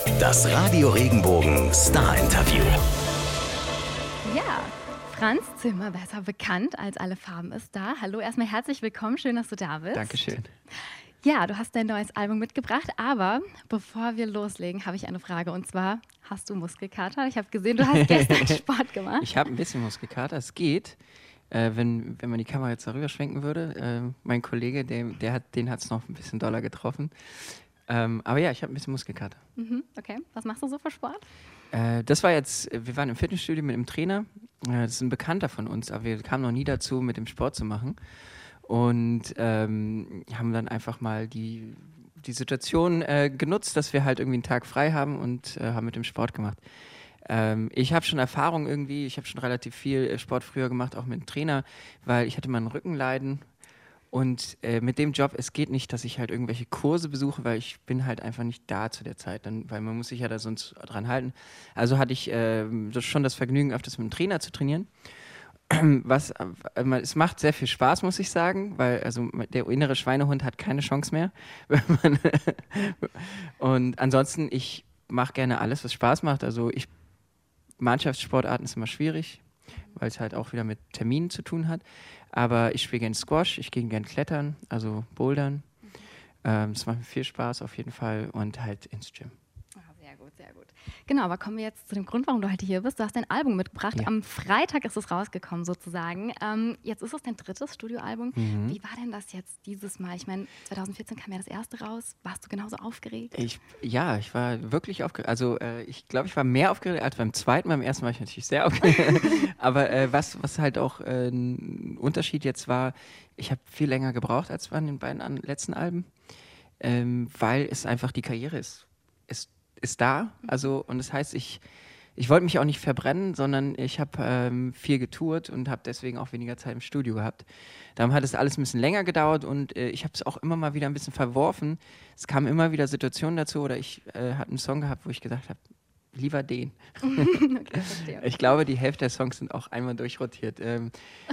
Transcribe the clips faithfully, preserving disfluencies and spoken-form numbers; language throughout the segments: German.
Das Radio Regenbogen Star Interview. Ja, Franz Zimmer, besser bekannt als Alle Farben, ist da. Hallo, erstmal herzlich willkommen, schön, dass du da bist. Dankeschön. Ja, du hast dein neues Album mitgebracht, aber bevor wir loslegen, habe ich eine Frage und zwar, hast du Muskelkater? Ich habe gesehen, du hast gestern Sport gemacht. Ich habe ein bisschen Muskelkater, es geht. Äh, wenn, wenn man die Kamera jetzt darüber schwenken würde, äh, mein Kollege, der, der hat, den hat es noch ein bisschen doller getroffen. Ähm, aber ja, ich habe ein bisschen Muskelkater. Mhm, okay, was machst du so für Sport? Äh, das war jetzt, wir waren im Fitnessstudio mit einem Trainer, äh, das ist ein Bekannter von uns, aber wir kamen noch nie dazu, mit dem Sport zu machen. Und ähm, haben dann einfach mal die, die Situation äh, genutzt, dass wir halt irgendwie einen Tag frei haben und äh, haben mit dem Sport gemacht. Ähm, ich habe schon Erfahrung irgendwie, ich habe schon relativ viel Sport früher gemacht, auch mit dem Trainer, weil ich hatte mal ein Rückenleiden und äh, mit dem Job, es geht nicht, dass ich halt irgendwelche Kurse besuche, weil ich bin halt einfach nicht da zu der Zeit, dann, weil man muss sich ja da sonst dran halten. Also hatte ich äh, schon das Vergnügen, öfters mit dem Trainer zu trainieren. Was, äh, es macht sehr viel Spaß, muss ich sagen, weil also der innere Schweinehund hat keine Chance mehr. Und ansonsten, ich mache gerne alles, was Spaß macht. Also ich Mannschaftssportarten ist immer schwierig, weil es halt auch wieder mit Terminen zu tun hat. Aber ich spiele gerne Squash, ich gehe gerne klettern, also bouldern. Ähm, das macht mir viel Spaß auf jeden Fall und halt ins Gym. Ah, sehr gut, sehr gut. Genau, aber kommen wir jetzt zu dem Grund, warum du heute hier bist. Du hast dein Album mitgebracht. Ja. Am Freitag ist es rausgekommen sozusagen. Ähm, jetzt ist es dein drittes Studioalbum. Mhm. Wie war denn das jetzt dieses Mal? Ich meine, zwanzig vierzehn kam ja das erste raus. Warst du genauso aufgeregt? Ich, ja, ich war wirklich aufgeregt. Also äh, ich glaube, ich war mehr aufgeregt als beim zweiten. Beim ersten war ich natürlich sehr aufgeregt. Aber äh, was, was halt auch äh, ein Unterschied jetzt war, ich habe viel länger gebraucht als bei den beiden an, letzten Alben, ähm, weil es einfach die Karriere ist. ist ist da, also und das heißt, ich, ich wollte mich auch nicht verbrennen, sondern ich habe ähm, viel getourt und habe deswegen auch weniger Zeit im Studio gehabt. Darum hat es alles ein bisschen länger gedauert und äh, ich habe es auch immer mal wieder ein bisschen verworfen. Es kamen immer wieder Situationen dazu oder ich äh, habe einen Song gehabt, wo ich gesagt habe, lieber den. Okay, verstehe. Ich glaube, die Hälfte der Songs sind auch einmal durchrotiert. Ähm,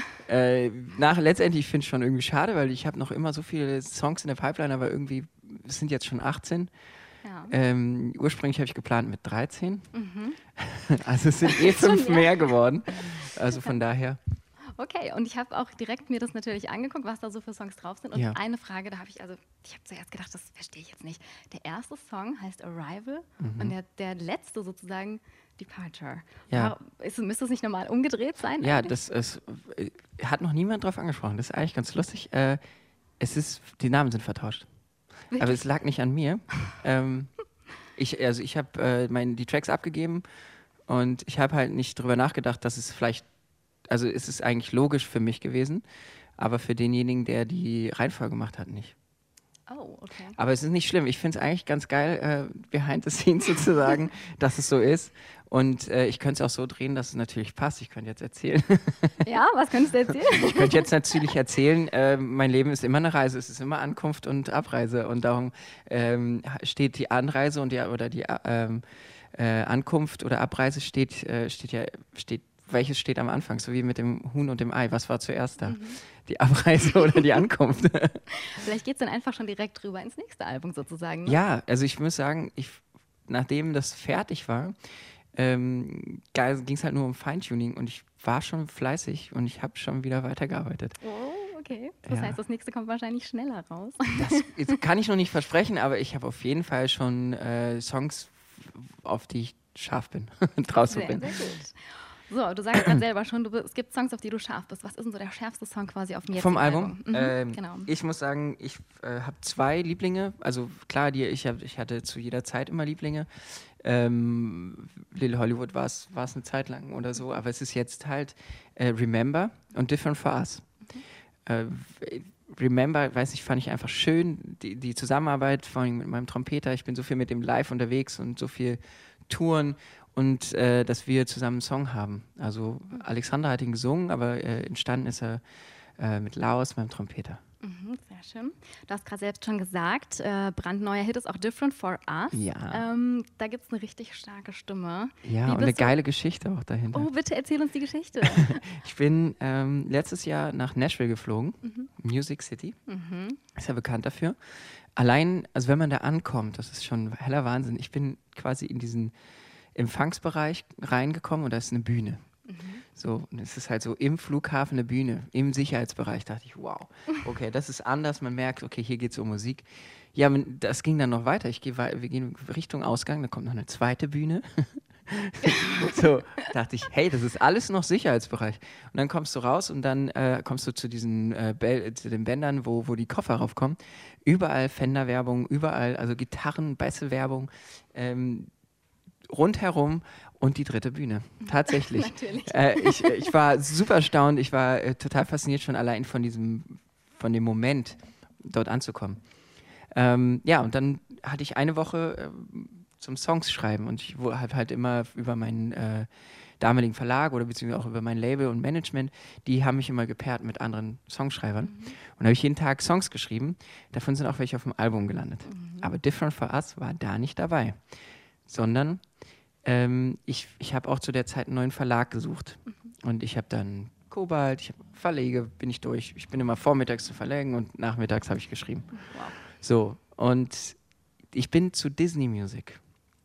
äh, nach, letztendlich finde ich es schon irgendwie schade, weil ich habe noch immer so viele Songs in der Pipeline, aber irgendwie es sind jetzt schon achtzehn. Ja. Ähm, ursprünglich habe ich geplant mit dreizehn. Mhm. Also es sind eh Schon, fünf ja. mehr geworden. Also von daher. Okay, und ich habe auch direkt mir das natürlich angeguckt, was da so für Songs drauf sind. Und Ja. eine Frage, da habe ich, also ich habe zuerst gedacht, das verstehe ich jetzt nicht. Der erste Song heißt Arrival Mhm. und der, der letzte sozusagen Departure. Ja. Warum- Ist, müsste es nicht normal umgedreht sein? Ja, eigentlich? das ist, äh, hat noch niemand drauf angesprochen. Das ist eigentlich ganz lustig. Äh, es ist, die Namen sind vertauscht. Aber es lag nicht an mir. ähm, ich, also ich habe äh, mein- die Tracks abgegeben und ich habe halt nicht drüber nachgedacht, dass es vielleicht, also es ist eigentlich logisch für mich gewesen, aber für denjenigen, der die Reihenfolge gemacht hat, nicht. Oh, okay. Aber es ist nicht schlimm. Ich finde es eigentlich ganz geil, äh, behind the scenes sozusagen, dass es so ist. Und äh, ich könnte es auch so drehen, dass es natürlich passt. Ich könnte jetzt erzählen. Ja, was könntest du erzählen? Ich könnte jetzt natürlich erzählen, äh, mein Leben ist immer eine Reise. Es ist immer Ankunft und Abreise. Und darum ähm, steht die Anreise und die, oder die ähm, äh, Ankunft oder Abreise steht, äh, steht ja, steht, welches steht am Anfang? So wie mit dem Huhn und dem Ei. Was war zuerst da? Mhm. Die Abreise oder die Ankunft? Vielleicht geht es dann einfach schon direkt rüber ins nächste Album sozusagen. Ne? Ja, also ich muss sagen, ich, nachdem das fertig war, ähm, ging es halt nur um Feintuning und ich war schon fleißig und ich habe schon wieder weitergearbeitet. Oh, okay. Das Ja. heißt, das nächste kommt wahrscheinlich schneller raus. Das jetzt kann ich noch nicht versprechen, aber ich habe auf jeden Fall schon äh, Songs, auf die ich scharf bin, draus Sehr, bin. sehr gut. So, du sagst gerade selber schon, du, bist- es gibt Songs, auf die du scharf bist. Was ist denn so der schärfste Song quasi auf dem jetzigen Vom Album? Mhm, ähm, genau. Ich muss sagen, ich äh, habe zwei Lieblinge. Also klar, die, ich, hab, ich hatte zu jeder Zeit immer Lieblinge. Ähm, Little Hollywood war es eine Zeit lang oder so, aber es ist jetzt halt äh, Remember und Different for Us. Äh, Remember, weiß ich, fand ich einfach schön, die, die Zusammenarbeit, vor allem mit meinem Trompeter. Ich bin so viel mit dem live unterwegs und so viel Touren und äh, dass wir zusammen einen Song haben. Also Alexandra hat ihn gesungen, aber äh, entstanden ist er äh, mit Laos, meinem Trompeter. Mhm, sehr schön. Du hast gerade selbst schon gesagt, äh, brandneuer Hit ist auch Different for Us. Ja. Ähm, da gibt es eine richtig starke Stimme. Ja, Wie und eine bist du- geile Geschichte auch dahinter. Oh, bitte erzähl uns die Geschichte. Ich bin ähm, letztes Jahr nach Nashville geflogen, Mhm. Music City, Mhm. ist ja bekannt dafür. allein, also wenn man da ankommt, das ist schon heller Wahnsinn. Ich bin quasi in diesen Empfangsbereich reingekommen und da ist eine Bühne. Mhm. So, und es ist halt so im Flughafen eine Bühne, im Sicherheitsbereich. Da dachte ich, wow, okay, das ist anders. Man merkt, okay, hier geht es um Musik. Ja, das ging dann noch weiter. Ich gehe, wir gehen Richtung Ausgang, da kommt noch eine zweite Bühne. So, dachte ich, hey, das ist alles noch Sicherheitsbereich. Und dann kommst du raus und dann äh, kommst du zu diesen äh, Bell, zu den Bändern, wo, wo die Koffer raufkommen. Überall Fender-Werbung, überall, also Gitarren, Bässe-Werbung, ähm, rundherum und die dritte Bühne. Tatsächlich. äh, ich, ich war super erstaunt, ich war äh, total fasziniert schon allein von diesem, von dem Moment, dort anzukommen. Ähm, ja, und dann hatte ich eine Woche äh, zum Songs schreiben und ich habe halt immer über meinen äh, damaligen Verlag oder beziehungsweise auch über mein Label und Management, die haben mich immer gepaart mit anderen Songschreibern. Mhm. Und da habe ich jeden Tag Songs geschrieben, davon sind auch welche auf dem Album gelandet. Mhm. Aber Different for Us war da nicht dabei, sondern ähm, ich, ich habe auch zu der Zeit einen neuen Verlag gesucht. Mhm. Und ich habe dann Kobalt, ich habe Verlege, bin ich durch. Ich bin immer vormittags zu Verlegen und nachmittags habe ich geschrieben. Wow. So, und ich bin zu Disney Music.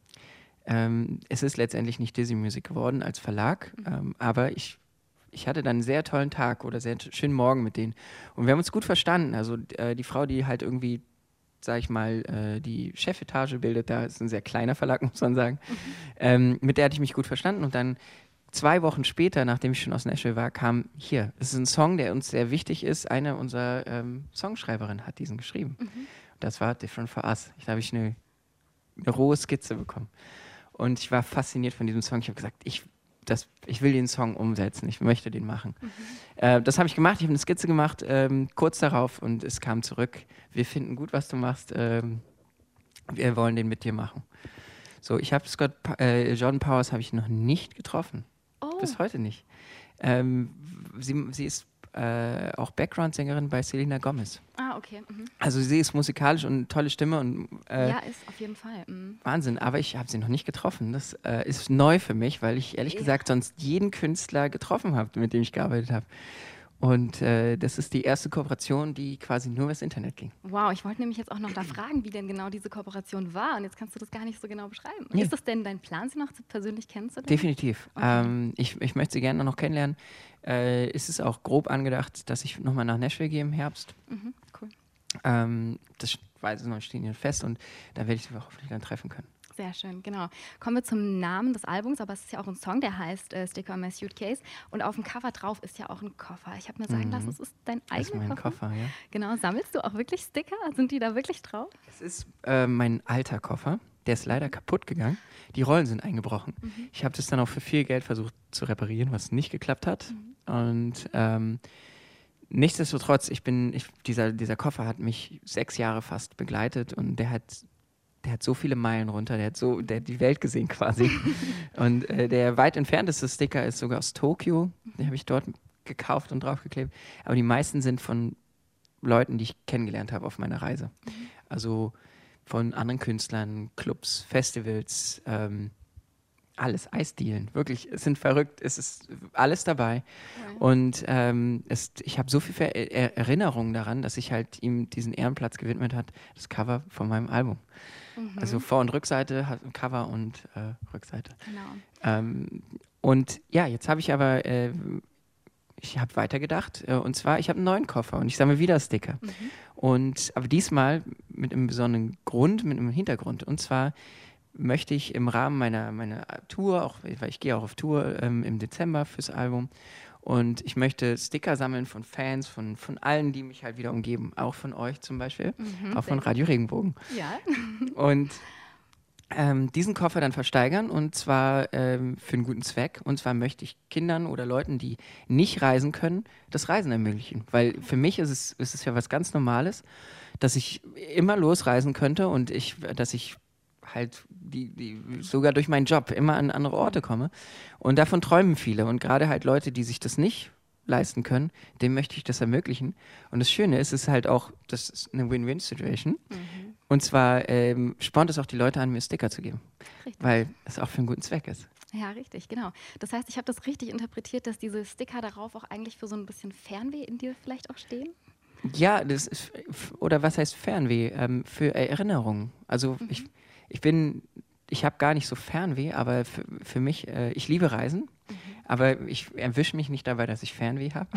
Ähm, es ist letztendlich nicht Disney Music geworden als Verlag, ähm, aber ich, ich hatte dann einen sehr tollen Tag oder sehr t- schönen Morgen mit denen. Und wir haben uns gut verstanden. Also äh, die Frau, die halt irgendwie, sag ich mal, äh, die Chefetage bildet, da ist ein sehr kleiner Verlag, muss man sagen, mhm. ähm, mit der hatte ich mich gut verstanden. Und dann zwei Wochen später, nachdem ich schon aus Nashville war, kam hier. Es ist ein Song, der uns sehr wichtig ist. Eine unserer ähm, Songschreiberinnen hat diesen geschrieben. Mhm. Das war Different for Us. Da habe ich eine, eine rohe Skizze bekommen. Und ich war fasziniert von diesem Song. Ich habe gesagt, ich, das, ich will den Song umsetzen. Ich möchte den machen. Mhm. Äh, das habe ich gemacht. Ich habe eine Skizze gemacht, ähm, kurz darauf. Und es kam zurück. Wir finden gut, was du machst. Ähm, wir wollen den mit dir machen. So, ich habe Scott, äh, Jordan Powers habe ich noch nicht getroffen. Oh. Bis heute nicht. Ähm, sie, sie ist äh, auch Background-Sängerin bei Selena Gomez. Ah, okay. Mhm. Also sie ist musikalisch und eine tolle Stimme. Und, äh, ja, ist auf jeden Fall. Mhm. Wahnsinn, aber ich habe sie noch nicht getroffen. Das äh, ist neu für mich, weil ich ehrlich ja. gesagt sonst jeden Künstler getroffen habe, mit dem ich gearbeitet habe. Und äh, das ist die erste Kooperation, die quasi nur übers Internet ging. Wow, ich wollte nämlich jetzt auch noch da fragen, wie denn genau diese Kooperation war. Und jetzt kannst du das gar nicht so genau beschreiben. Nee. Ist das denn dein Plan, sie noch persönlich kennenzulernen? Definitiv. Okay. Ähm, ich, ich möchte sie gerne noch kennenlernen. Äh, ist es auch grob angedacht, dass ich nochmal nach Nashville gehe im Herbst. Mhm, cool. Ähm, das weiß ich noch, stehen hier fest und da werde ich sie hoffentlich dann treffen können. Sehr schön, genau. Kommen wir zum Namen des Albums, aber es ist ja auch ein Song, der heißt äh, Sticker on My Suitcase und auf dem Cover drauf ist ja auch ein Koffer. Ich habe mir sagen mhm. lassen, es ist dein eigener Koffer. Das ist mein Koffer, Koffer ja. Genau, sammelst du auch wirklich Sticker? Sind die da wirklich drauf? Es ist äh, mein alter Koffer, der ist leider kaputt gegangen. Die Rollen sind eingebrochen. Mhm. Ich habe das dann auch für viel Geld versucht zu reparieren, was nicht geklappt hat. Mhm. Und ähm, nichtsdestotrotz, ich bin, ich, dieser, dieser Koffer hat mich sechs Jahre fast begleitet und der hat Der hat so viele Meilen runter, der hat so, der hat die Welt gesehen quasi. Und äh, der weit entfernteste Sticker ist sogar aus Tokio. Den habe ich dort gekauft und draufgeklebt. Aber die meisten sind von Leuten, die ich kennengelernt habe auf meiner Reise. Mhm. Also von anderen Künstlern, Clubs, Festivals, ähm, alles, Eisdielen. Wirklich, es sind verrückt, es ist alles dabei. Ja. Und ähm, es, ich habe so viele er- Erinnerungen daran, dass ich halt ihm diesen Ehrenplatz gewidmet hat, das Cover von meinem Album. Mhm. Also Vor- und Rückseite, hat ein Cover und äh, Rückseite. Genau. Ähm, und ja, jetzt habe ich aber, äh, ich habe weitergedacht äh, und zwar, ich habe einen neuen Koffer und ich sammle wieder Sticker. Mhm. Und aber diesmal mit einem besonderen Grund, mit einem Hintergrund. Und zwar möchte ich im Rahmen meiner, meiner Tour, auch, weil ich gehe auch auf Tour ähm, im Dezember fürs Album und ich möchte Sticker sammeln von Fans, von, von allen, die mich halt wieder umgeben, auch von euch zum Beispiel, mhm, auch von Radio Regenbogen. Ja. Und ähm, diesen Koffer dann versteigern und zwar ähm, für einen guten Zweck. Und zwar möchte ich Kindern oder Leuten, die nicht reisen können, das Reisen ermöglichen. Weil für mich ist es, ist es ja was ganz Normales, dass ich immer losreisen könnte und ich, dass ich halt die, die sogar durch meinen Job immer an andere Orte komme. Und davon träumen viele. Und gerade halt Leute, die sich das nicht leisten können, dem möchte ich das ermöglichen. Und das Schöne ist, es ist halt auch, das ist eine Win-Win-Situation. Mhm. Und zwar ähm, spornt es auch die Leute an, mir Sticker zu geben. Richtig. Weil es auch für einen guten Zweck ist. Ja, richtig, genau. Das heißt, ich habe das richtig interpretiert, dass diese Sticker darauf auch eigentlich für so ein bisschen Fernweh in dir vielleicht auch stehen? Ja, das ist, oder was heißt Fernweh? Ähm, für Erinnerungen. Also mhm. ich, ich bin, ich habe gar nicht so Fernweh, aber für, für mich, äh, ich liebe Reisen, mhm. aber ich erwische mich nicht dabei, dass ich Fernweh habe,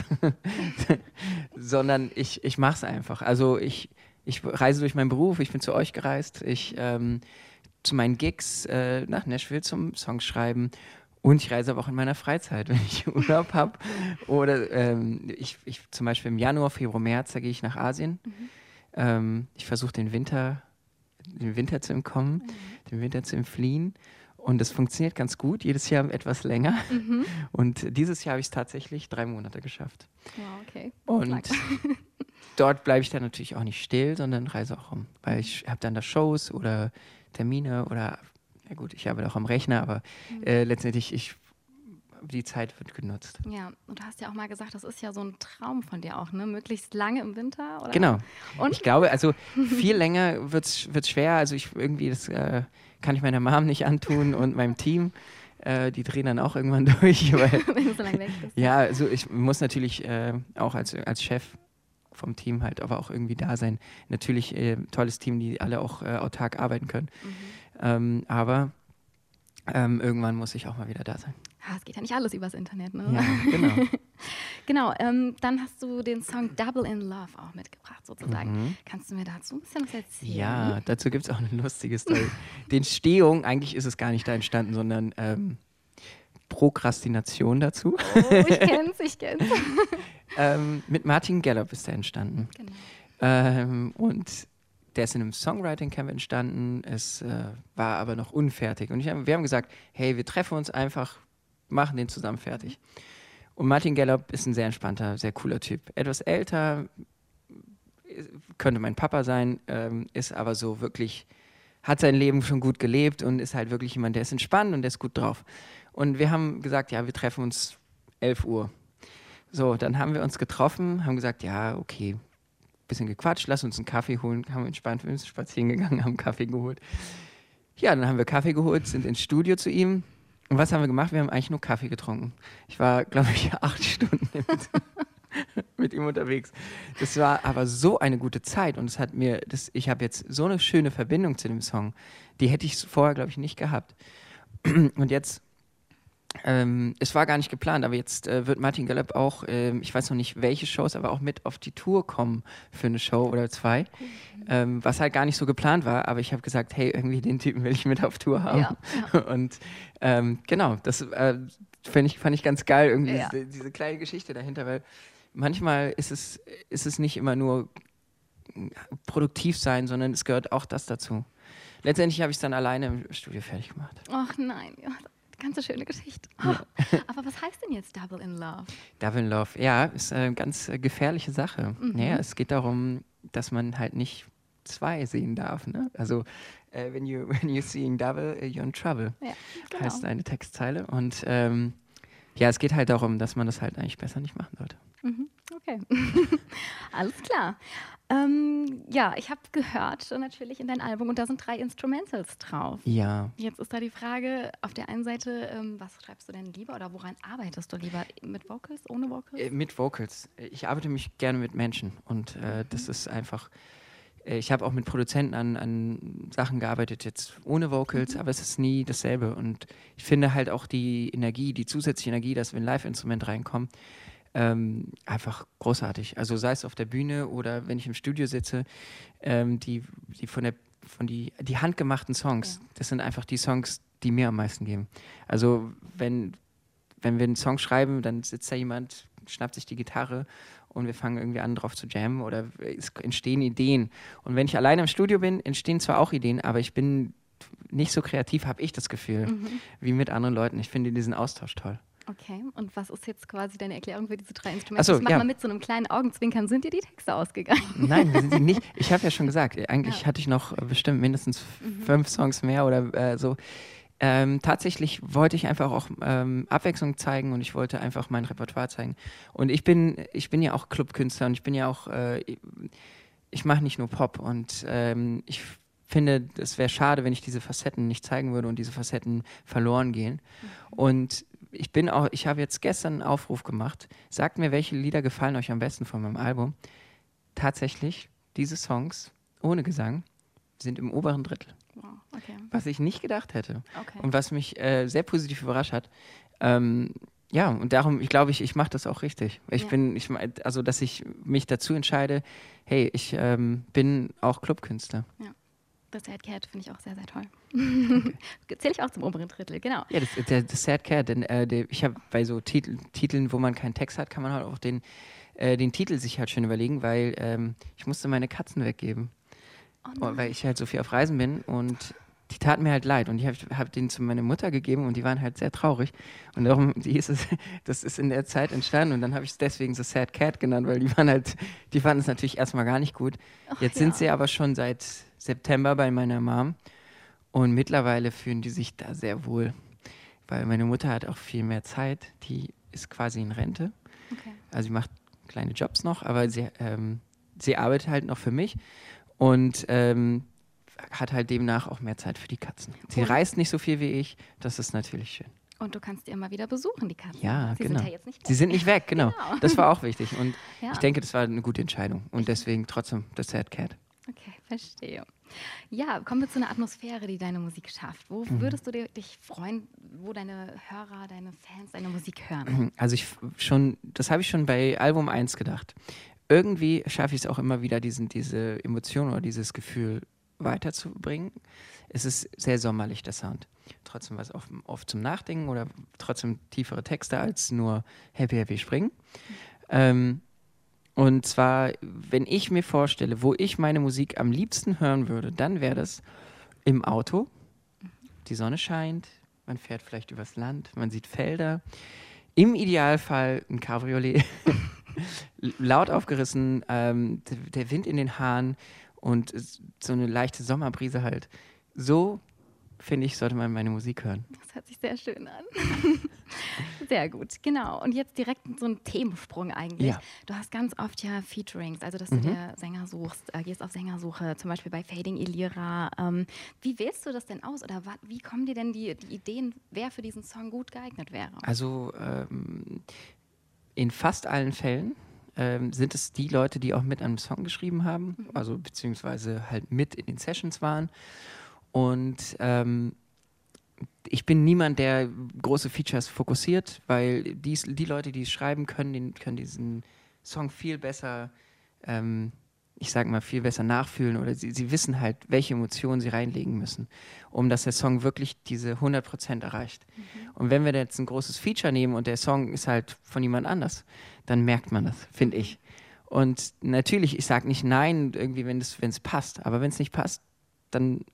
sondern ich, ich mache es einfach. Also ich, ich reise durch meinen Beruf, ich bin zu euch gereist, ich ähm, zu meinen Gigs äh, nach Nashville zum Songschreiben. Und ich reise aber auch in meiner Freizeit, wenn ich Urlaub habe. Oder ähm, ich, ich zum Beispiel im Januar, Februar, März, da gehe ich nach Asien. Mhm. Ähm, ich versuche den Winter, den Winter zu entkommen, mhm. den Winter zu entfliehen. Und das funktioniert ganz gut, jedes Jahr etwas länger. Mhm. Und dieses Jahr habe ich es tatsächlich drei Monate geschafft. Wow, okay. Und dort bleibe ich dann natürlich auch nicht still, sondern reise auch rum. Weil ich habe dann da Shows oder Termine oder... Ja gut, ich arbeite auch am Rechner, aber mhm. äh, letztendlich, ich, die Zeit wird genutzt. Ja, und du hast ja auch mal gesagt, das ist ja so ein Traum von dir auch, ne? Möglichst lange im Winter, oder? Genau. Und? Ich glaube, also viel länger wird es schwer. Also ich irgendwie, das äh, kann ich meiner Mom nicht antun und meinem Team. Äh, die drehen dann auch irgendwann durch. Weil, wenn du so lange weg bist. Ja, also ich muss natürlich äh, auch als, als Chef vom Team halt aber auch irgendwie da sein. Natürlich äh, tolles Team, die alle auch äh, autark arbeiten können. Mhm. Ähm, aber ähm, irgendwann muss ich auch mal wieder da sein. Ja, es geht ja nicht alles übers Internet, ne? Ja, genau. Genau, ähm, dann hast du den Song Double in Love auch mitgebracht, sozusagen. Mhm. Kannst du mir dazu ein bisschen was erzählen? Ja, dazu gibt es auch eine lustige Story. Die Entstehung, eigentlich ist es gar nicht da entstanden, sondern ähm, Prokrastination dazu. Oh, ich kenn's, ich kenn's. ähm, mit Martin Gallup ist der entstanden. Genau. Ähm, und der ist in einem Songwriting-Camp entstanden, es äh, war aber noch unfertig. Und ich, wir haben gesagt, hey, wir treffen uns einfach, machen den zusammen fertig. Und Martin Gallup ist ein sehr entspannter, sehr cooler Typ. Etwas älter, könnte mein Papa sein, ähm, ist aber so wirklich, hat sein Leben schon gut gelebt und ist halt wirklich jemand, der ist entspannt und der ist gut drauf. Und wir haben gesagt, ja, wir treffen uns elf Uhr. So, dann haben wir uns getroffen, haben gesagt, ja, okay, bisschen gequatscht, lass uns einen Kaffee holen, haben entspannt, wir sind spazieren gegangen, haben Kaffee geholt. Ja, dann haben wir Kaffee geholt, sind ins Studio zu ihm. Und was haben wir gemacht? Wir haben eigentlich nur Kaffee getrunken. Ich war, glaube ich, acht Stunden mit, mit ihm unterwegs. Das war aber so eine gute Zeit und es hat mir, das, ich habe jetzt so eine schöne Verbindung zu dem Song, die hätte ich vorher, glaube ich, nicht gehabt. Und jetzt Ähm, es war gar nicht geplant, aber jetzt äh, wird Martin Gallup auch, ähm, ich weiß noch nicht welche Shows, aber auch mit auf die Tour kommen für eine Show oder zwei, ähm, was halt gar nicht so geplant war, aber ich habe gesagt, hey, irgendwie den Typen will ich mit auf Tour haben. Ja, ja. Und ähm, genau, das äh, fand ich, fand ich ganz geil, irgendwie ja. diese, diese kleine Geschichte dahinter, weil manchmal ist es, ist es nicht immer nur produktiv sein, sondern es gehört auch das dazu. Letztendlich habe ich es dann alleine im Studio fertig gemacht. Ach nein, ja. Ganz so schöne Geschichte. Oh. Ja. Aber was heißt denn jetzt Double in Love? Double in Love, ja, ist eine ganz äh, gefährliche Sache. Mhm. Ja, es geht darum, dass man halt nicht zwei sehen darf. Ne? Also, äh, when, you, when you're seeing double, uh, you're in trouble, ja, genau. heißt eine Textzeile. Und ähm, ja, es geht halt darum, dass man das halt eigentlich besser nicht machen sollte. Mhm. Okay, alles klar. Ähm, ja, ich habe gehört natürlich in dein Album und da sind drei Instrumentals drauf. Ja. Jetzt ist da die Frage, auf der einen Seite, ähm, was schreibst du denn lieber oder woran arbeitest du lieber? Mit Vocals, ohne Vocals? Äh, mit Vocals. Ich arbeite mich gerne mit Menschen und äh, mhm. das ist einfach, äh, ich habe auch mit Produzenten an, an Sachen gearbeitet, jetzt ohne Vocals, mhm. aber es ist nie dasselbe und ich finde halt auch die Energie, die zusätzliche Energie, dass wenn ein Live-Instrument reinkommt, Ähm, einfach großartig. Also sei es auf der Bühne oder wenn ich im Studio sitze, ähm, die, die von der von die, die handgemachten Songs, ja. das sind einfach die Songs, die mir am meisten geben. Also wenn, wenn wir einen Song schreiben, dann sitzt da jemand, schnappt sich die Gitarre und wir fangen irgendwie an, drauf zu jammen oder es entstehen Ideen. Und wenn ich alleine im Studio bin, entstehen zwar auch Ideen, aber ich bin nicht so kreativ, habe ich das Gefühl, mhm. wie mit anderen Leuten. Ich finde diesen Austausch toll. Okay, und was ist jetzt quasi deine Erklärung für diese drei Instrumente? So, ich mach ja. mal mit so einem kleinen Augenzwinkern, sind dir die Texte ausgegangen? Nein, wir sind die nicht. Ich habe ja schon gesagt, eigentlich ja. hatte ich noch bestimmt mindestens mhm. fünf Songs mehr oder äh, so. Ähm, tatsächlich wollte ich einfach auch ähm, Abwechslung zeigen und ich wollte einfach mein Repertoire zeigen. Und ich bin, ich bin ja auch Clubkünstler und ich bin ja auch, äh, ich, ich mache nicht nur Pop und ähm, ich finde, es wäre schade, wenn ich diese Facetten nicht zeigen würde und diese Facetten verloren gehen. Mhm. Und ich bin auch, ich habe jetzt gestern einen Aufruf gemacht. Sagt mir, welche Lieder gefallen euch am besten von meinem Album. tatsächlich, diese Songs ohne Gesang sind im oberen Drittel. Wow, okay. Was ich nicht gedacht hätte. Okay. Und was mich äh, sehr positiv überrascht hat. Ähm, ja, und darum, ich glaube, ich, ich mache das auch richtig. Ich ja. bin, ich, also, dass ich mich dazu entscheide, hey, ich ähm, bin auch Clubkünstler. Ja. The Sad Cat finde ich auch sehr, sehr toll. Okay. Zähle ich auch zum oberen Drittel, genau. Ja, das, der, The Sad Cat, denn äh, der, ich habe bei so Titel, Titeln, wo man keinen Text hat, kann man halt auch den, äh, den Titel sich halt schön überlegen, weil ähm, ich musste meine Katzen weggeben. Oh, weil ich halt so viel auf Reisen bin und die taten mir halt leid und ich habe hab den zu meiner Mutter gegeben und die waren halt sehr traurig und darum, die ist es, das ist in der Zeit entstanden und dann habe ich es deswegen so Sad Cat genannt, weil die waren halt, die fanden es natürlich erstmal gar nicht gut. Ach, Jetzt ja. sind sie aber schon seit September bei meiner Mom und mittlerweile fühlen die sich da sehr wohl, weil meine Mutter hat auch viel mehr Zeit, die ist quasi in Rente, okay. Also sie macht kleine Jobs noch, aber sie, ähm, sie arbeitet halt noch für mich und ähm, hat halt demnach auch mehr Zeit für die Katzen. Sie und? reist nicht so viel wie ich, das ist natürlich schön. Und du kannst die immer wieder besuchen, die Katzen. Ja, Sie genau. sind ja jetzt nicht weg. Sie sind nicht weg, genau. genau. Das war auch wichtig und ja. ich denke, das war eine gute Entscheidung und deswegen trotzdem The Sad Cat. Okay, verstehe. Ja, kommen wir zu einer Atmosphäre, die deine Musik schafft. Wo mhm. würdest du dir, dich freuen, wo deine Hörer, deine Fans deine Musik hören? Also ich schon, das habe ich schon bei Album eins gedacht. Irgendwie schaffe ich es auch immer wieder, diesen, diese Emotion oder dieses Gefühl weiterzubringen. Es ist sehr sommerlich, der Sound. Trotzdem was oft, oft zum Nachdenken oder trotzdem tiefere Texte als nur Happy, Happy Springen. Mhm. Ähm, und zwar, wenn ich mir vorstelle, wo ich meine Musik am liebsten hören würde, dann wäre das im Auto. Die Sonne scheint, man fährt vielleicht übers Land, man sieht Felder. Im Idealfall ein Cabriolet. Laut aufgerissen, ähm, der Wind in den Haaren und so eine leichte Sommerbrise halt. So, finde ich, sollte man meine Musik hören. Das hört sich sehr schön an. Sehr gut, genau. Und jetzt direkt so ein Themensprung eigentlich. Ja. Du hast ganz oft ja Featurings, also dass du mhm. dir Sänger suchst, äh, gehst auf Sängersuche, zum Beispiel bei Fading Elira. Ähm, wie wählst du das denn aus oder wa- wie kommen dir denn die, die Ideen, wer für diesen Song gut geeignet wäre? Also ähm, in fast allen Fällen ähm, sind es die Leute, die auch mit an einem Song geschrieben haben, mhm. also beziehungsweise halt mit in den Sessions waren. Und ähm, ich bin niemand, der große Features fokussiert, weil die, die Leute, die es schreiben können, den, können diesen Song viel besser, ähm, ich sag mal, viel besser nachfühlen oder sie, sie wissen halt, welche Emotionen sie reinlegen müssen, um dass der Song wirklich diese hundert Prozent erreicht. Mhm. Und wenn wir jetzt ein großes Feature nehmen und der Song ist halt von jemand anders, dann merkt man das, finde ich. Und natürlich, ich sage nicht nein, irgendwie, wenn es wenn es passt, aber wenn es nicht passt, dann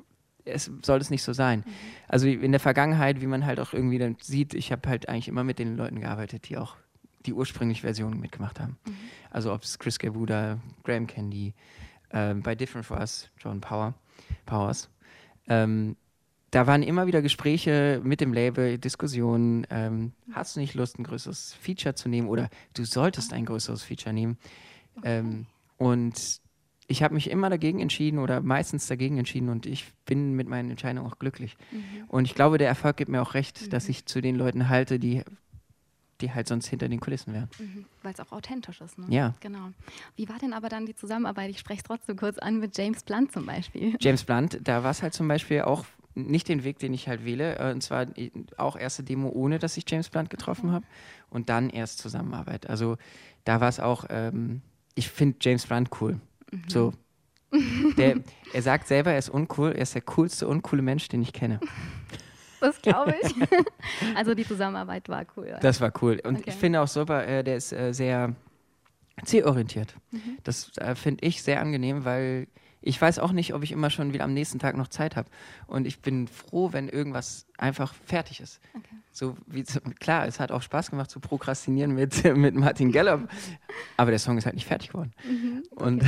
es soll es nicht so sein. Mhm. Also in der Vergangenheit, wie man halt auch irgendwie dann sieht, ich habe halt eigentlich immer mit den Leuten gearbeitet, die auch die ursprüngliche Version mitgemacht haben. Mhm. Also ob es Chris Gabuda, Graham Candy, äh, bei Different For Us, John Power, Powers. Ähm, da waren immer wieder Gespräche mit dem Label, Diskussionen. Ähm, hast du nicht Lust, ein größeres Feature zu nehmen oder du solltest ein größeres Feature nehmen? Okay. Ähm, und ich habe mich immer dagegen entschieden oder meistens dagegen entschieden und ich bin mit meinen Entscheidungen auch glücklich. Mhm. Und ich glaube, der Erfolg gibt mir auch recht, mhm. dass ich zu den Leuten halte, die, die halt sonst hinter den Kulissen wären. Mhm. Weil es auch authentisch ist, ne? Ja. Genau. Wie war denn aber dann die Zusammenarbeit, ich spreche es trotzdem kurz an, mit James Blunt zum Beispiel? James Blunt, da war es halt zum Beispiel auch nicht den Weg, den ich halt wähle, und zwar auch erste Demo, ohne dass ich James Blunt getroffen mhm. habe und dann erst Zusammenarbeit. Also da war es auch, ähm, ich finde James Blunt cool. Mhm. So. Der, er sagt selber, er ist uncool, er ist der coolste, uncoole Mensch, den ich kenne. Das glaube ich. Also die Zusammenarbeit war cool. Ja. Das war cool. Und okay. ich finde auch super, äh, der ist äh, sehr zielorientiert. Mhm. Das äh, finde ich sehr angenehm, weil ich weiß auch nicht, ob ich immer schon wieder am nächsten Tag noch Zeit habe. Und ich bin froh, wenn irgendwas einfach fertig ist. Okay. So wie, klar, es hat auch Spaß gemacht zu prokrastinieren mit, mit Martin Gallup, aber der Song ist halt nicht fertig geworden. Mhm. Okay. Und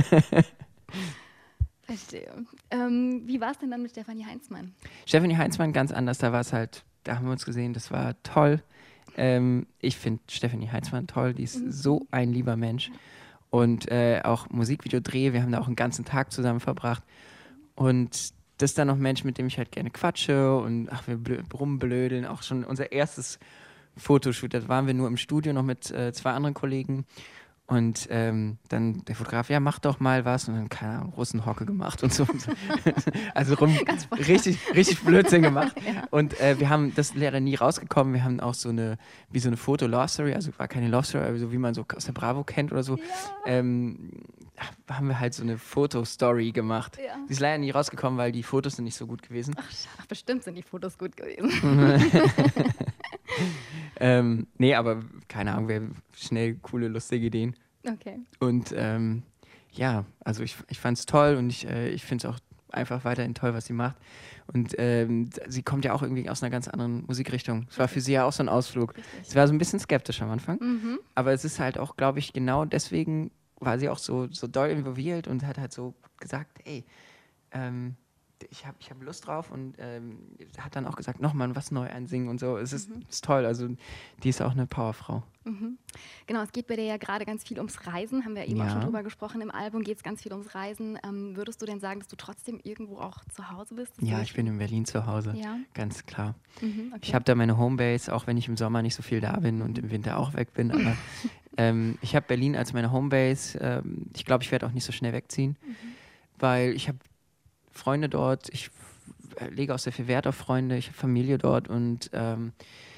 Verstehe. Ähm, wie war es denn dann mit Stefanie Heinzmann? Stefanie Heinzmann ganz anders, da war es halt, da haben wir uns gesehen, das war toll. Ähm, ich finde Stefanie Heinzmann toll, die ist mhm. so ein lieber Mensch. Und äh, auch Musikvideodreh, wir haben da auch einen ganzen Tag zusammen verbracht. Und das ist dann noch ein Mensch, mit dem ich halt gerne quatsche und ach, wir blö- rumblödeln. Auch schon unser erstes Fotoshoot, da waren wir nur im Studio noch mit äh, zwei anderen Kollegen. Und ähm, dann der Fotograf, ja, mach doch mal was. Und dann, keine Ahnung, Russenhocke gemacht und so. Also rum, richtig, richtig Blödsinn gemacht. Ja. Und äh, wir haben, das ist leider nie rausgekommen, wir haben auch so eine, wie so eine Foto-Love-Story, also war keine Love-Story, aber so wie man so aus der Bravo kennt oder so, ja. ähm, haben wir halt so eine Foto-Story gemacht. Ja. Die ist leider nie rausgekommen, weil die Fotos sind nicht so gut gewesen. Ach, ach bestimmt sind die Fotos gut gewesen. ähm, nee, aber keine Ahnung, wir haben schnell coole, lustige Ideen. Okay. Und ähm, ja, also ich, ich fand es toll und ich, äh, ich finde es auch einfach weiterhin toll, was sie macht. Und ähm, sie kommt ja auch irgendwie aus einer ganz anderen Musikrichtung. Es war für sie ja auch so ein Ausflug. Richtig. Sie war so ein bisschen skeptisch am Anfang, mhm. aber es ist halt auch, glaube ich, genau deswegen war sie auch so, so doll involviert und hat halt so gesagt, ey, ähm, ich habe ich hab Lust drauf und ähm, hat dann auch gesagt, nochmal was neu einsingen und so. Es ist, mhm. ist toll, also die ist auch eine Powerfrau. Mhm. Genau, es geht bei dir ja gerade ganz viel ums Reisen, haben wir eben ja. auch schon drüber gesprochen. Im Album geht es ganz viel ums Reisen. Ähm, würdest du denn sagen, dass du trotzdem irgendwo auch zu Hause bist? Ja, ich bin in Berlin zu Hause, ja. ganz klar. Mhm, okay. Ich habe da meine Homebase, auch wenn ich im Sommer nicht so viel da bin und im Winter auch weg bin, aber ähm, ich habe Berlin als meine Homebase. Ähm, ich glaube, ich werde auch nicht so schnell wegziehen, mhm. weil ich habe Freunde dort, ich f- lege auch sehr viel Wert auf Freunde, ich habe Familie dort und ähm,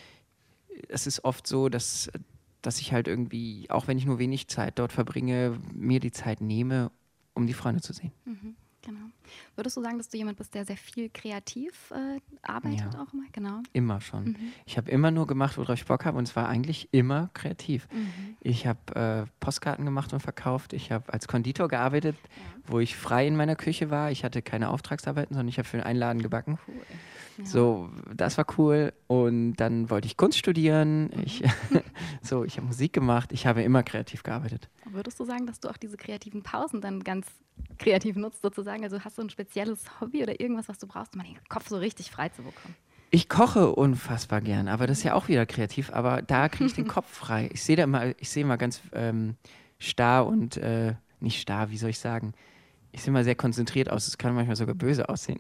es ist oft so, dass, dass ich halt irgendwie, auch wenn ich nur wenig Zeit dort verbringe, mir die Zeit nehme, um die Freunde zu sehen. Mhm, genau. Würdest du sagen, dass du jemand bist, der sehr viel kreativ äh, arbeitet ja. auch immer? Genau. Immer schon. Mhm. Ich habe immer nur gemacht, worauf ich Bock habe und es war eigentlich immer kreativ. Mhm. Ich habe äh, Postkarten gemacht und verkauft, ich habe als Konditor gearbeitet, ja. wo ich frei in meiner Küche war. Ich hatte keine Auftragsarbeiten, sondern ich habe für einen Laden gebacken. Cool. Ja. So, das war cool. Und dann wollte ich Kunst studieren. Mhm. Ich, so, ich habe Musik gemacht. Ich habe immer kreativ gearbeitet. Würdest du sagen, dass du auch diese kreativen Pausen dann ganz kreativ nutzt sozusagen? Also hast du ein spezielles Hobby oder irgendwas, was du brauchst, um den Kopf so richtig frei zu bekommen? Ich koche unfassbar gern, aber das ist ja auch wieder kreativ. Aber da kriege ich den Kopf frei. Ich sehe da immer, ich sehe immer ganz ähm, starr und äh, nicht starr, wie soll ich sagen? Ich sehe mal sehr konzentriert aus. Es kann manchmal sogar böse aussehen.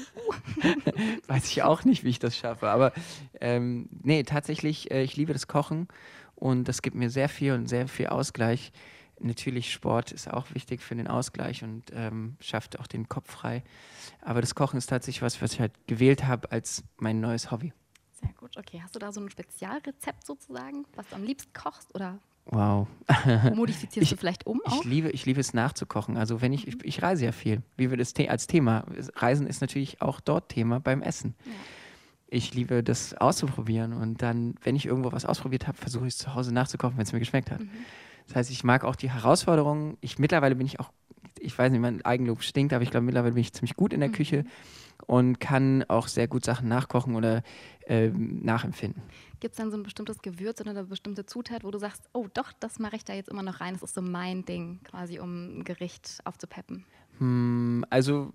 Weiß ich auch nicht, wie ich das schaffe. Aber ähm, nee, tatsächlich, äh, ich liebe das Kochen und das gibt mir sehr viel und sehr viel Ausgleich. Natürlich, Sport ist auch wichtig für den Ausgleich und ähm, schafft auch den Kopf frei. Aber das Kochen ist tatsächlich was, was ich halt gewählt habe als mein neues Hobby. Sehr gut, okay. Hast du da so ein Spezialrezept sozusagen, was du am liebsten kochst oder wow. modifizierst ich, du vielleicht um auch? Ich liebe, ich liebe es nachzukochen. Also wenn ich, ich, ich reise ja viel, wie wir das The- als Thema. Reisen ist natürlich auch dort Thema beim Essen. Ja. Ich liebe das auszuprobieren und dann, wenn ich irgendwo was ausprobiert habe, versuche ich es zu Hause nachzukochen, wenn es mir geschmeckt hat. Mhm. Das heißt, ich mag auch die Herausforderungen. Ich, mittlerweile bin ich auch, ich weiß nicht, mein Eigenlob stinkt, aber ich glaube, mittlerweile bin ich ziemlich gut in der mhm. Küche und kann auch sehr gut Sachen nachkochen oder äh, nachempfinden. Gibt es dann so ein bestimmtes Gewürz oder eine bestimmte Zutat, wo du sagst, oh doch, das mache ich da jetzt immer noch rein, das ist so mein Ding, quasi um ein Gericht aufzupeppen? Hm, also,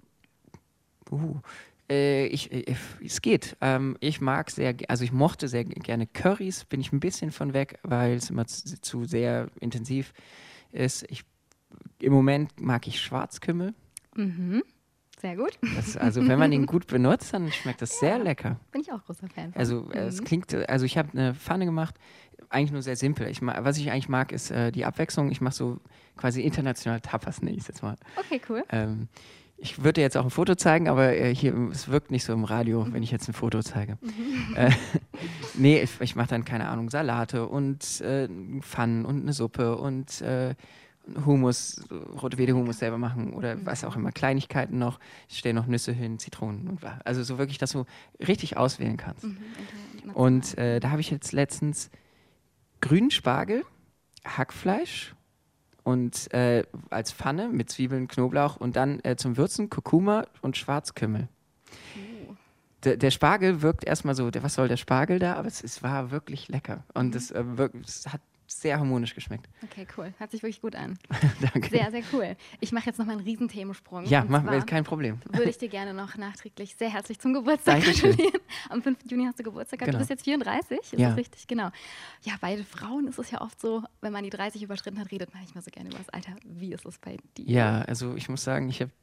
uh, äh, ich, ich, es geht. Ähm, ich mag sehr, also ich mochte sehr gerne Currys, bin ich ein bisschen von weg, weil es immer zu, zu sehr intensiv ist. Ich, im Moment mag ich Schwarzkümmel. Mhm. Sehr gut. Das, also wenn man den gut benutzt, dann schmeckt das ja, sehr lecker. Bin ich auch großer Fan von. Also mhm. es klingt, also ich habe eine Pfanne gemacht, eigentlich nur sehr simpel. Ich, was ich eigentlich mag, ist äh, die Abwechslung. Ich mache so quasi international Tapas, nenne ich es jetzt mal. Okay, cool. Ähm, ich würde dir jetzt auch ein Foto zeigen, aber äh, hier, es wirkt nicht so im Radio, mhm. wenn ich jetzt ein Foto zeige. Mhm. Äh, nee, ich, ich mache dann, keine Ahnung, Salate und äh, Pfannen und eine Suppe und äh, Hummus, rote Beete Hummus selber machen oder mhm. was auch immer, Kleinigkeiten noch. Ich stelle noch Nüsse hin, Zitronen und was. Also so wirklich, dass du richtig auswählen kannst. Mhm. Und äh, da habe ich jetzt letztens grünen Spargel, Hackfleisch und äh, als Pfanne mit Zwiebeln, Knoblauch und dann äh, zum Würzen Kurkuma und Schwarzkümmel. Uh. Der, der Spargel wirkt erstmal so, der, was soll der Spargel da? Aber es, es war wirklich lecker und mhm. es, äh, wirkt, es hat sehr harmonisch geschmeckt. Okay, cool. Hört sich wirklich gut an. Danke. Sehr, sehr cool. Ich mache jetzt noch mal einen riesen Themensprung. Ja, machen wir, kein Problem. Würde ich dir gerne noch nachträglich sehr herzlich zum Geburtstag gratulieren. Am fünften Juni hast du Geburtstag gehabt. Genau. Du bist jetzt vierunddreißig, ist ja. das richtig? Genau. Ja, bei Frauen ist es ja oft so, wenn man die dreißig überschritten hat, redet man nicht mehr so gerne über das Alter. Wie ist es bei dir? Ja, also ich muss sagen, ich habe,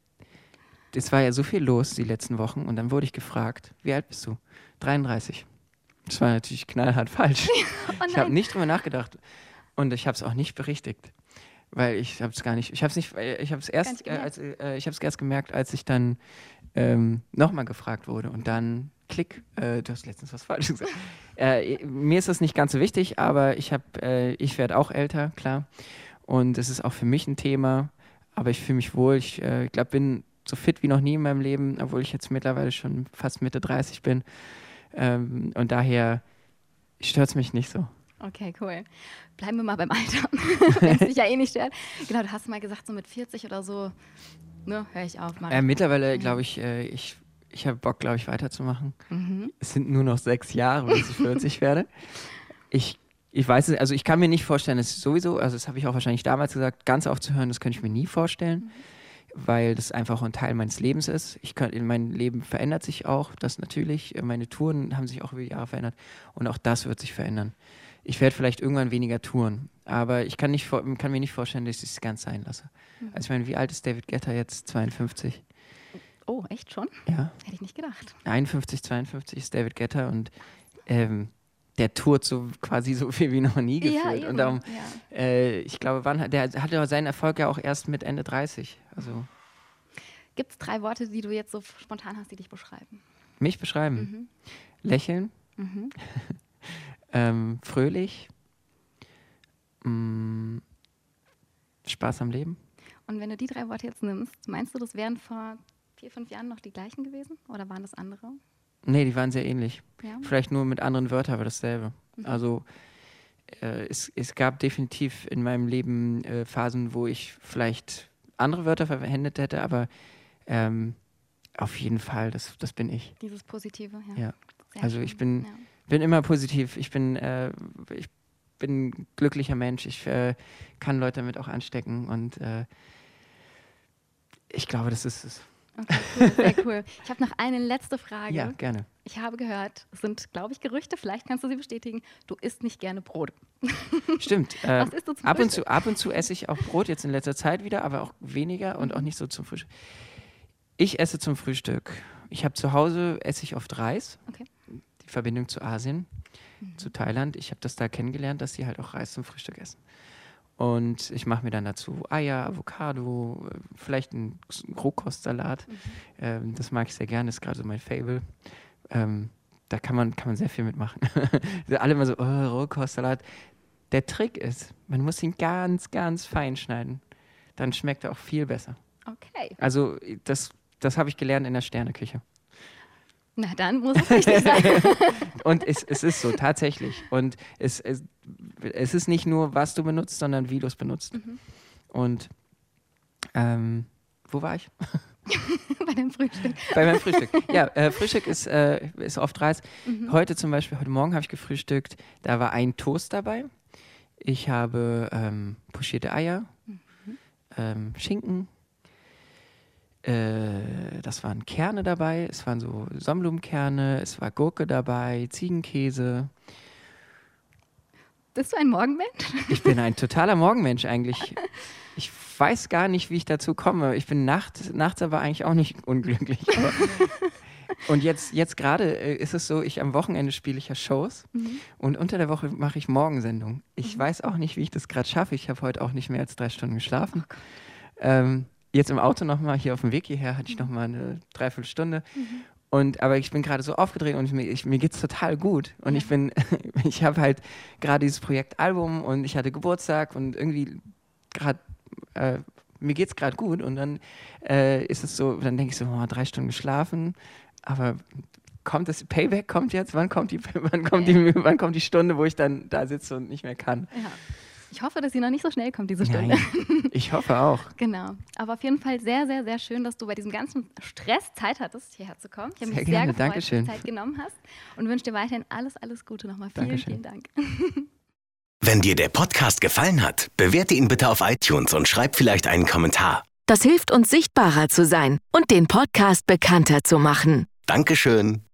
es war ja so viel los die letzten Wochen und dann wurde ich gefragt, wie alt bist du? dreiunddreißig. Das war natürlich knallhart falsch. Oh ich habe nicht drüber nachgedacht. Und ich habe es auch nicht berichtigt. weil ich habe es gar nicht, ich habe es nicht, ich habe es erst, äh, als, äh, ich habe es erst gemerkt, als ich dann ähm, nochmal gefragt wurde und dann Klick, äh, du hast letztens was Falsches gesagt. äh, mir ist das nicht ganz so wichtig, aber ich habe, äh, ich werde auch älter, klar, und es ist auch für mich ein Thema, aber ich fühle mich wohl. Ich äh, glaube, bin so fit wie noch nie in meinem Leben, obwohl ich jetzt mittlerweile schon fast Mitte dreißig bin, ähm, und daher stört es mich nicht so. Okay, cool. Bleiben wir mal beim Alter, wenn es dich ja eh nicht stört. Genau, du hast mal gesagt, so mit vierzig oder so, ne, höre ich auf. Äh, mittlerweile glaube ich, äh, ich, ich habe Bock, glaube ich, weiterzumachen. Mhm. Es sind nur noch sechs Jahre, bis ich vierzig werde. Ich, ich weiß es, also ich kann mir nicht vorstellen, das ist sowieso, also das habe ich auch wahrscheinlich damals gesagt, ganz aufzuhören, das könnte ich mir nie vorstellen, mhm. weil das einfach ein Teil meines Lebens ist. Ich kann, mein Leben verändert sich auch, das natürlich. Meine Touren haben sich auch über die Jahre verändert und auch das wird sich verändern. Ich werde vielleicht irgendwann weniger touren, aber ich kann, nicht, kann mir nicht vorstellen, dass ich es ganz sein lasse. Mhm. Also ich meine, wie alt ist David Guetta jetzt? zweiundfünfzig. Oh, echt schon? Ja. Hätte ich nicht gedacht. einundfünfzig, zweiundfünfzig ist David Guetta und ähm, der tourt so quasi so viel wie noch nie gefühlt. Ja, und darum, ja. äh, ich glaube, wann, der hatte ja seinen Erfolg ja auch erst mit Ende dreißig. Also. Gibt es drei Worte, die du jetzt so spontan hast, die dich beschreiben? Mich beschreiben? Mhm. Lächeln. Mhm. Ähm, fröhlich, mh, Spaß am Leben. Und wenn du die drei Worte jetzt nimmst, meinst du, das wären vor vier, fünf Jahren noch die gleichen gewesen? Oder waren das andere? Nee, die waren sehr ähnlich. Ja? Vielleicht nur mit anderen Wörtern, aber dasselbe. Mhm. Also äh, es, es gab definitiv in meinem Leben äh, Phasen, wo ich vielleicht andere Wörter verwendet hätte, aber ähm, auf jeden Fall, das, das bin ich. Dieses Positive, ja. ja. Also schön. ich bin... Ja. bin immer positiv. Ich bin, äh, ich bin ein glücklicher Mensch. Ich äh, kann Leute damit auch anstecken und äh, ich glaube, das ist es. Okay, cool, sehr cool. Ich habe noch eine letzte Frage. Ja, gerne. Ich habe gehört, es sind, glaube ich, Gerüchte, vielleicht kannst du sie bestätigen, du isst nicht gerne Brot. Stimmt. Äh, Was isst du zum ab, und Frühstück? zu, ab und zu esse ich auch Brot, jetzt in letzter Zeit wieder, aber auch weniger und mhm. auch nicht so zum Frühstück. Ich esse zum Frühstück. Ich habe zu Hause, esse ich oft Reis. Okay. Die Verbindung zu Asien, mhm. zu Thailand. Ich habe das da kennengelernt, dass sie halt auch Reis zum Frühstück essen. Und ich mache mir dann dazu Eier, Avocado, vielleicht einen Rohkostsalat. Mhm. Ähm, das mag ich sehr gerne, ist gerade so mein Fable. Ähm, da kann man, kann man sehr viel mitmachen. Alle immer so, oh, Rohkostsalat. Der Trick ist, man muss ihn ganz, ganz fein schneiden. Dann schmeckt er auch viel besser. Okay. Also das, das habe ich gelernt in der Sterneküche. Na, dann muss es richtig sein. Und es, es ist so, tatsächlich. Und es, es, es ist nicht nur, was du benutzt, sondern wie du es benutzt. Mhm. Und ähm, wo war ich? Bei dem Frühstück. Bei meinem Frühstück. Ja, äh, Frühstück ist, äh, ist oft Reis. Mhm. Heute zum Beispiel, heute Morgen habe ich gefrühstückt, da war ein Toast dabei. Ich habe ähm, pochierte Eier, mhm. ähm, Schinken, Äh, das waren Kerne dabei, es waren so Sonnenblumenkerne, es war Gurke dabei, Ziegenkäse. Bist du ein Morgenmensch? Ich bin ein totaler Morgenmensch eigentlich. Ich weiß gar nicht, wie ich dazu komme. Ich bin nachts, nachts aber eigentlich auch nicht unglücklich. Aber und jetzt, jetzt gerade äh, ist es so, ich am Wochenende spiele ich ja Shows mhm. und unter der Woche mache ich Morgensendung. Ich mhm. weiß auch nicht, wie ich das gerade schaffe. Ich habe heute auch nicht mehr als drei Stunden geschlafen. Oh ähm, Jetzt im Auto nochmal, hier auf dem Weg hierher, hatte ich nochmal eine Dreiviertelstunde. Mhm. Und, aber ich bin gerade so aufgedreht und ich, ich, mir geht es total gut. Und ja. ich bin, ich habe halt gerade dieses Projekt Album und ich hatte Geburtstag und irgendwie gerade, äh, mir geht es gerade gut. Und dann äh, ist es so, dann denke ich so, oh, drei Stunden geschlafen, aber kommt das Payback, kommt jetzt? Wann kommt die, wann kommt die, wann kommt die Stunde, wo ich dann da sitze und nicht mehr kann? Ja. Ich hoffe, dass sie noch nicht so schnell kommt, diese Stunde. Nein, ich hoffe auch. Genau. Aber auf jeden Fall sehr, sehr, sehr schön, dass du bei diesem ganzen Stress Zeit hattest, hierher zu kommen. Ich habe mich gerne. sehr gefreut, Dankeschön. dass du Zeit genommen hast und wünsche dir weiterhin alles, alles Gute nochmal. Vielen, Dankeschön. vielen Dank. Wenn dir der Podcast gefallen hat, bewerte ihn bitte auf iTunes und schreib vielleicht einen Kommentar. Das hilft uns, sichtbarer zu sein und den Podcast bekannter zu machen. Dankeschön.